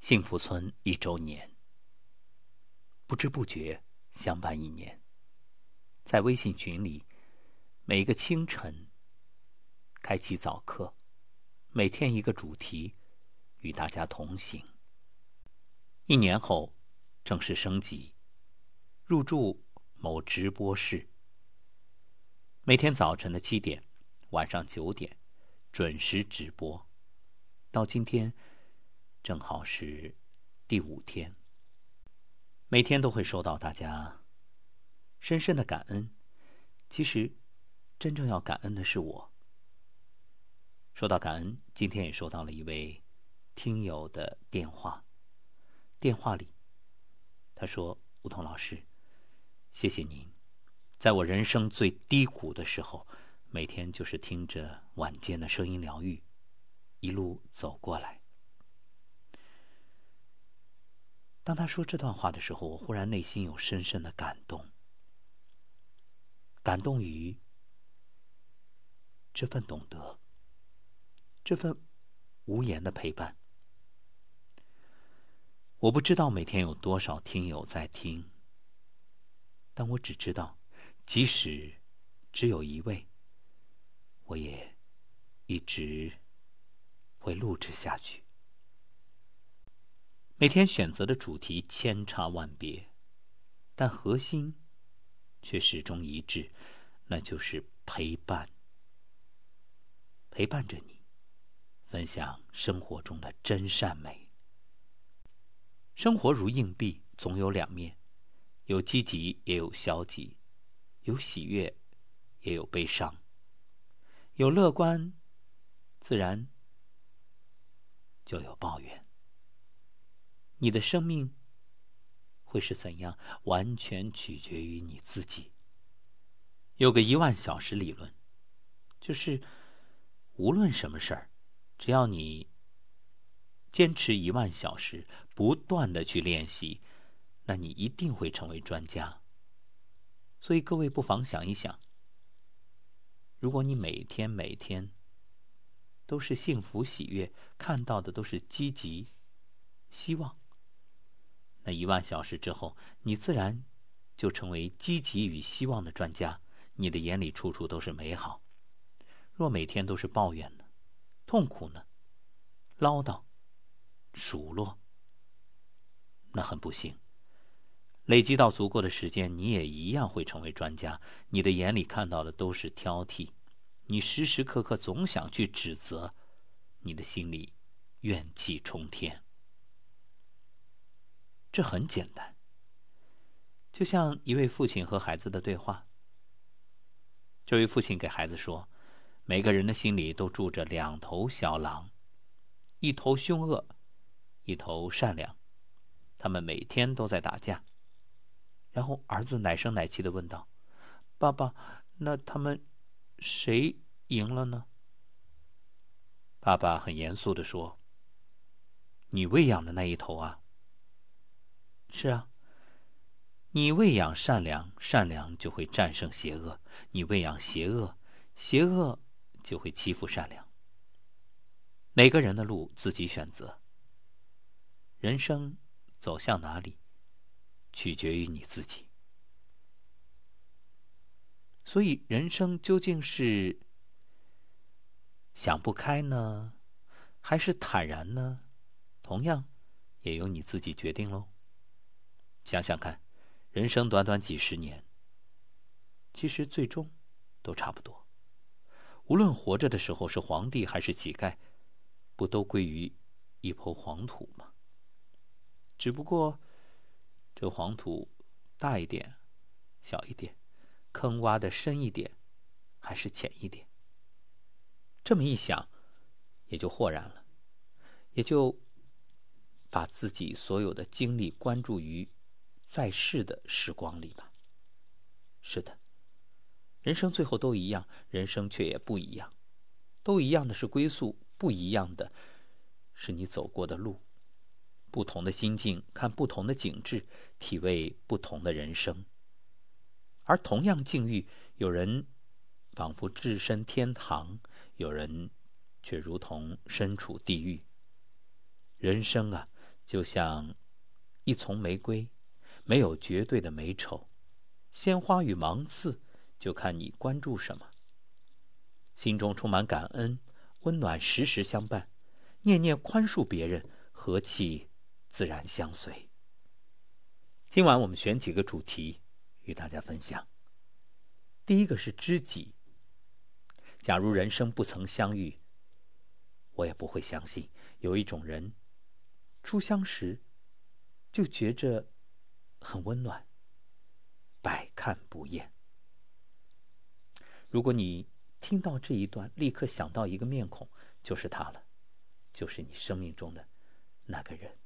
幸福村1周年，不知不觉相伴1年。在微信群里，每个清晨开启早课，每天一个主题，与大家同行。1年后正式升级，入驻某直播室，每天早晨的7点，晚上9点准时直播。到今天正好是第5天，每天都会收到大家深深的感恩。其实真正要感恩的是我。说到感恩，今天也收到了一位听友的电话。电话里他说，梧桐老师，谢谢您，在我人生最低谷的时候，每天就是听着晚间的声音疗愈，一路走过来。当他说这段话的时候，我忽然内心有深深的感动，感动于这份懂得，这份无言的陪伴。我不知道每天有多少听友在听，但我只知道，即使只有1位，我也一直会录制下去。每天选择的主题千差万别，但核心却始终一致，那就是陪伴。陪伴着你，分享生活中的真善美。生活如硬币，总有2面，有积极也有消极，有喜悦也有悲伤，有乐观，自然就有抱怨。你的生命会是怎样，完全取决于你自己。有个1万小时理论，就是无论什么事儿，只要你坚持1万小时，不断的去练习，那你一定会成为专家。所以各位不妨想一想，如果你每天都是幸福喜悦，看到的都是积极希望，那1万小时之后，你自然就成为积极与希望的专家，你的眼里处处都是美好。若每天都是抱怨呢，痛苦呢，唠叨数落，那很不幸。累积到足够的时间，你也一样会成为专家。你的眼里看到的都是挑剔，你时时刻刻总想去指责，你的心里怨气冲天。这很简单，就像一位父亲和孩子的对话。这位父亲给孩子说，每个人的心里都住着2头小狼，一头凶恶，一头善良，他们每天都在打架。然后儿子奶声奶气地问道，爸爸，那他们谁赢了呢？爸爸很严肃地说，你喂养的那一头啊。是啊，你喂养善良，善良就会战胜邪恶；你喂养邪恶，邪恶就会欺负善良。每个人的路自己选择，人生走向哪里，取决于你自己。所以人生究竟是想不开呢，还是坦然呢？同样也由你自己决定咯。想想看，人生短短几十年，其实最终都差不多。无论活着的时候是皇帝还是乞丐，不都归于一抔黄土吗？只不过这黄土大一点，小一点，坑挖的深一点，还是浅一点。这么一想，也就豁然了，也就把自己所有的精力关注于在世的时光里吧。是的，人生最后都一样，人生却也不一样。都一样的是归宿，不一样的是你走过的路。不同的心境，看不同的景致，体味不同的人生。而同样境遇，有人仿佛置身天堂，有人却如同身处地狱。人生啊， 就像一丛玫瑰，没有绝对的美丑，鲜花与芒刺，就看你关注什么。心中充满感恩，温暖时时相伴，念念宽恕别人，和气自然相随。今晚我们选几个主题与大家分享。第一个是知己。假如人生不曾相遇，我也不会相信有一种人初相识就觉着很温暖，百看不厌。如果你听到这一段立刻想到一个面孔，就是他了，就是你生命中的那个人。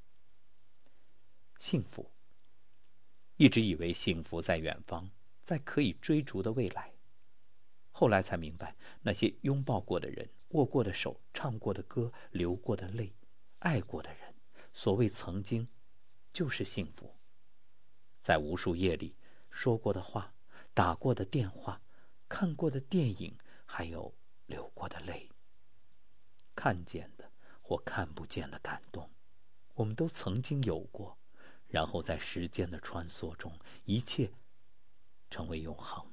幸福，一直以为幸福在远方，在可以追逐的未来，后来才明白，那些拥抱过的人，握过的手，唱过的歌，流过的泪，爱过的人，所谓曾经，就是幸福。在无数夜里说过的话，打过的电话，看过的电影，还有流过的泪，看见的或看不见的感动，我们都曾经有过，然后在时间的穿梭中，一切成为永恒。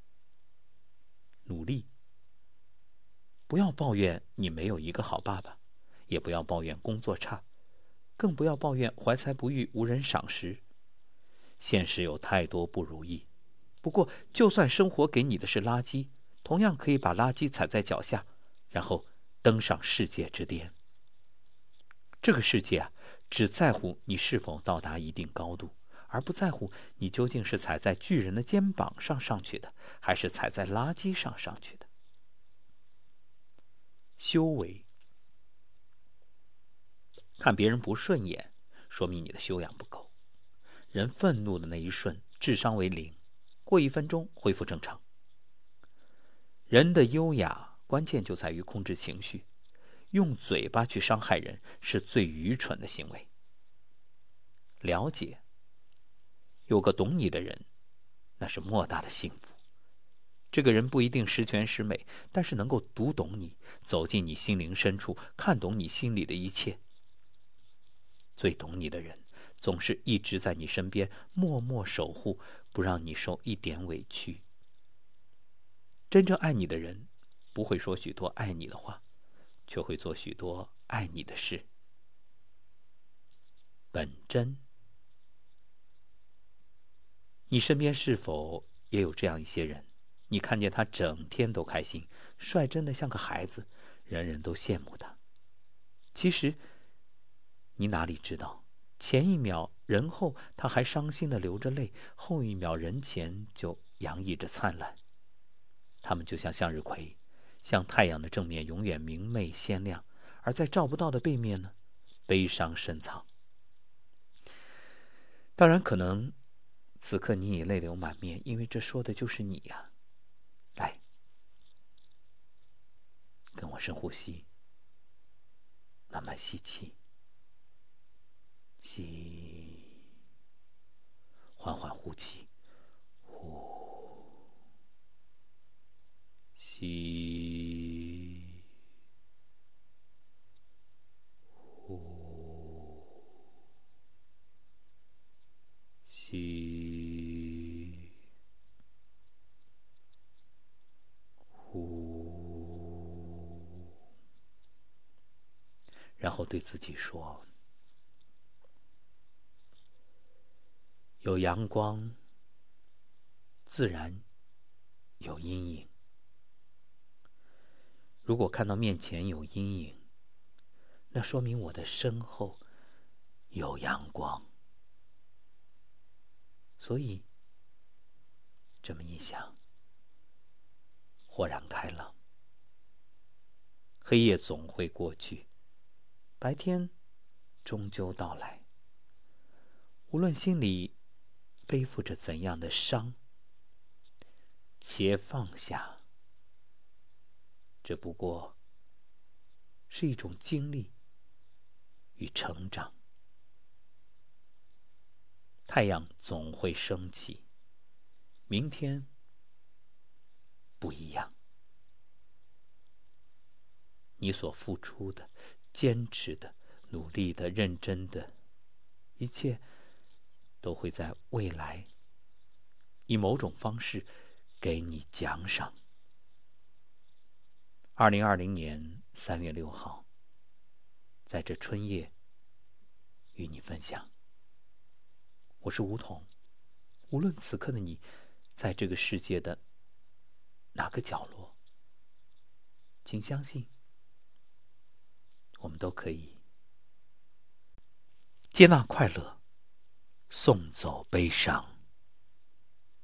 努力，不要抱怨你没有一个好爸爸，也不要抱怨工作差，更不要抱怨怀才不遇无人赏识。现实有太多不如意，不过就算生活给你的是垃圾，同样可以把垃圾踩在脚下，然后登上世界之巅。这个世界啊，只在乎你是否到达一定高度，而不在乎你究竟是踩在巨人的肩膀上上去的，还是踩在垃圾上上去的。修为，看别人不顺眼，说明你的修养不够。人愤怒的那一瞬，智商为0，过1分钟恢复正常。人的优雅关键就在于控制情绪，用嘴巴去伤害人是最愚蠢的行为。了解，有个懂你的人，那是莫大的幸福。这个人不一定十全十美，但是能够读懂你，走进你心灵深处，看懂你心里的一切。最懂你的人，总是一直在你身边，默默守护，不让你受一点委屈。真正爱你的人，不会说许多爱你的话，却会做许多爱你的事。本真，你身边是否也有这样一些人？你看见他整天都开心，率真的像个孩子，人人都羡慕他。其实，你哪里知道，前一秒人后他还伤心的流着泪，后一秒人前就洋溢着灿烂。他们就像向日葵，像太阳的正面永远明媚鲜亮，而在照不到的背面呢，悲伤深藏。当然可能此刻你已泪流满面，因为这说的就是你呀。来，跟我深呼吸，慢慢吸气，吸，缓缓呼气，呼，吸，呼，吸，呼，然后对自己说，有阳光，自然有阴影。如果看到面前有阴影，那说明我的身后有阳光。所以这么一想，豁然开朗。黑夜总会过去，白天终究到来。无论心里背负着怎样的伤，且放下。这不过是一种经历与成长。太阳总会升起，明天不一样。你所付出的、坚持的、 努力的、认真的，一切都会在未来以某种方式给你奖赏。2020年3月6号，在这春夜与你分享。我是吴桐，无论此刻的你在这个世界的哪个角落，请相信，我们都可以接纳快乐，送走悲伤。